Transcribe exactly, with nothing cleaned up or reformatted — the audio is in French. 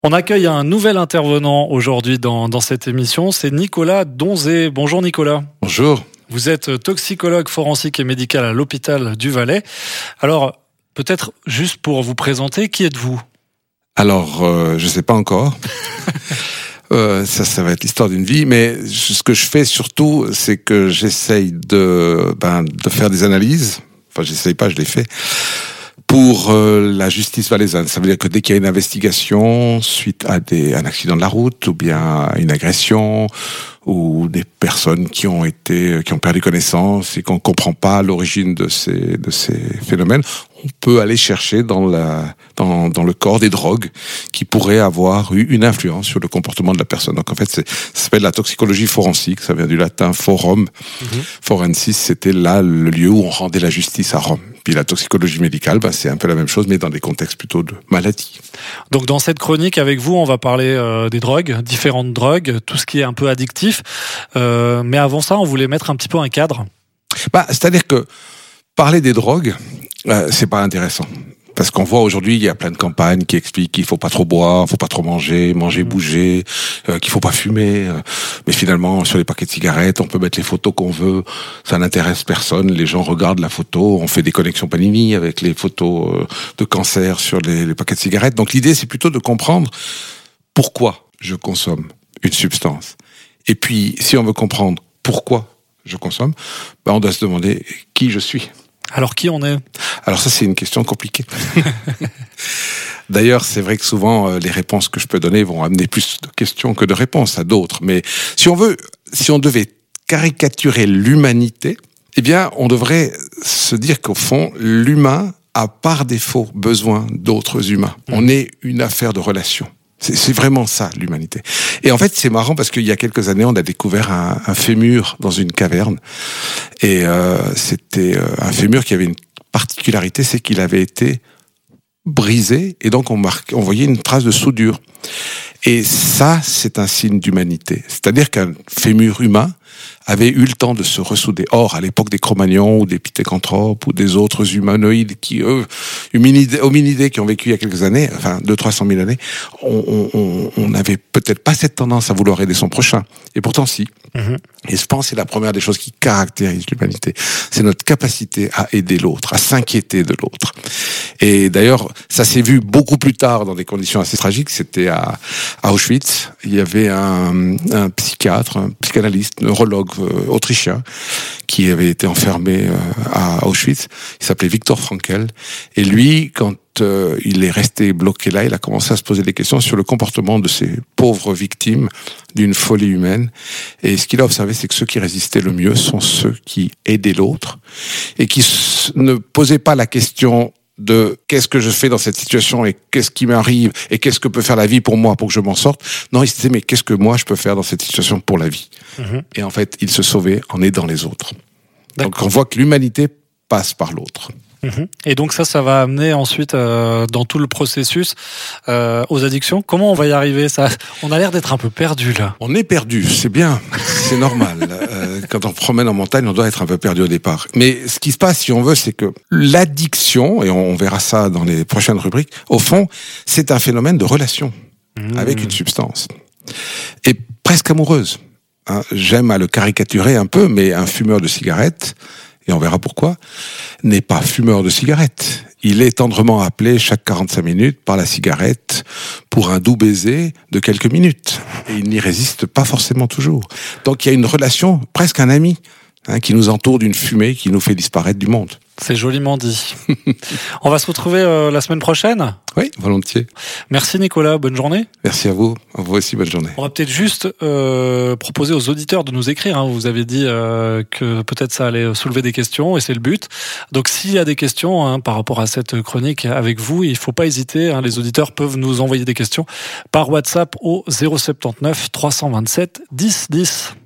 On accueille un nouvel intervenant aujourd'hui dans, dans cette émission, c'est Nicolas Donzé. Bonjour Nicolas. Bonjour. Vous êtes toxicologue forensique et médical à l'hôpital du Valais. Alors, peut-être juste pour vous présenter, qui êtes-vous ? Alors, euh, je ne sais pas encore. euh, ça, ça va être l'histoire d'une vie. Mais ce que je fais surtout, c'est que j'essaye de, ben, de faire des analyses. Enfin, j'essaye pas, je les fais. Pour euh, la justice valaisanne. Ça veut dire que dès qu'il y a une investigation suite à des, un accident de la route ou bien une agression ou des personnes qui ont été, qui ont perdu connaissance et qu'on ne comprend pas l'origine de ces, de ces phénomènes, on peut aller chercher dans, la, dans, dans le corps des drogues qui pourraient avoir eu une influence sur le comportement de la personne. Donc en fait, c'est, ça s'appelle la toxicologie forensique, ça vient du latin forum. Mm-hmm. Forensis, c'était là le lieu où on rendait la justice à Rome. Puis la toxicologie médicale, ben, c'est un peu la même chose, mais dans des contextes plutôt de maladie. Donc dans cette chronique, avec vous, on va parler euh, des drogues, différentes drogues, tout ce qui est un peu addictif. Euh, mais avant ça, on voulait mettre un petit peu un cadre. Bah, c'est-à-dire que parler des drogues, euh, c'est pas intéressant. Parce qu'on voit aujourd'hui, il y a plein de campagnes qui expliquent qu'il faut pas trop boire, faut pas trop manger, manger, bouger, euh, qu'il faut pas fumer. Euh, mais finalement, sur les paquets de cigarettes, on peut mettre les photos qu'on veut. Ça n'intéresse personne. Les gens regardent la photo. On fait des connexions Panini avec les photos euh, de cancer sur les, les paquets de cigarettes. Donc l'idée, c'est plutôt de comprendre pourquoi je consomme une substance. Et puis, si on veut comprendre pourquoi je consomme, ben on doit se demander qui je suis. Alors, qui on est ? Alors ça, c'est une question compliquée. D'ailleurs, c'est vrai que souvent, euh, les réponses que je peux donner vont amener plus de questions que de réponses à d'autres. Mais si on veut, si on devait caricaturer l'humanité, eh bien, on devrait se dire qu'au fond, l'humain a par défaut besoin d'autres humains. Mmh. On est une affaire de relations. C'est, c'est vraiment ça, l'humanité. Et en fait, c'est marrant parce qu'il y a quelques années, on a découvert un, un fémur dans une caverne. Et euh, c'était euh, un fémur qui avait une particularité, c'est qu'il avait été brisé. Et donc, on, marquait, on voyait une trace de soudure. Et ça, c'est un signe d'humanité. C'est-à-dire qu'un fémur humain avait eu le temps de se ressouder. Or, à l'époque des Cro-Magnons ou des Pithecanthropes ou des autres humanoïdes qui, eux, hominidés, hominidés qui ont vécu il y a quelques années, enfin deux trois cent mille années, on n'avait peut-être pas cette tendance à vouloir aider son prochain. Et pourtant, si. Mmh. Et je pense que c'est la première des choses qui caractérise l'humanité. C'est notre capacité à aider l'autre, à s'inquiéter de l'autre. Et d'ailleurs, ça s'est vu beaucoup plus tard dans des conditions assez tragiques. C'était à, à Auschwitz. Il y avait un, un psychiatre, un psychanalyste, neurologue euh, autrichien qui avait été enfermé euh, à Auschwitz. Il s'appelait Viktor Frankl. Et lui, quand euh, il est resté bloqué là, il a commencé à se poser des questions sur le comportement de ces pauvres victimes d'une folie humaine. Et ce qu'il a observé, c'est que ceux qui résistaient le mieux sont ceux qui aidaient l'autre et qui ne posaient pas la question de qu'est-ce que je fais dans cette situation et qu'est-ce qui m'arrive et qu'est-ce que peut faire la vie pour moi pour que je m'en sorte. Non, il se disait mais qu'est-ce que moi je peux faire dans cette situation pour la vie. Mmh. Et en fait, il se sauvait en aidant les autres. D'accord. Donc on voit que l'humanité passe par l'autre. Mmh. Et donc ça, ça va amener ensuite euh, dans tout le processus euh, aux addictions. Comment on va y arriver ça ? On a l'air d'être un peu perdu là. On est perdu, c'est bien, c'est normal. euh, quand on promène en montagne, on doit être un peu perdu au départ. Mais ce qui se passe, si on veut, c'est que l'addiction, et on verra ça dans les prochaines rubriques, au fond, c'est un phénomène de relation mmh. avec une substance. Et presque amoureuse. Hein, j'aime à le caricaturer un peu, mais un fumeur de cigarettes, et on verra pourquoi, n'est pas fumeur de cigarettes. Il est tendrement appelé chaque quarante-cinq minutes par la cigarette pour un doux baiser de quelques minutes. Et il n'y résiste pas forcément toujours. Donc il y a une relation, presque un ami, hein, qui nous entoure d'une fumée qui nous fait disparaître du monde. C'est joliment dit. On va se retrouver euh, la semaine prochaine ? Oui, volontiers. Merci Nicolas, bonne journée. Merci à vous, à vous aussi, bonne journée. On va peut-être juste euh, proposer aux auditeurs de nous écrire. Hein. Vous avez dit euh, que peut-être ça allait soulever des questions et c'est le but. Donc s'il y a des questions hein, par rapport à cette chronique avec vous, il ne faut pas hésiter. Hein. Les auditeurs peuvent nous envoyer des questions par WhatsApp au zéro sept neuf trois cent vingt-sept dix dix.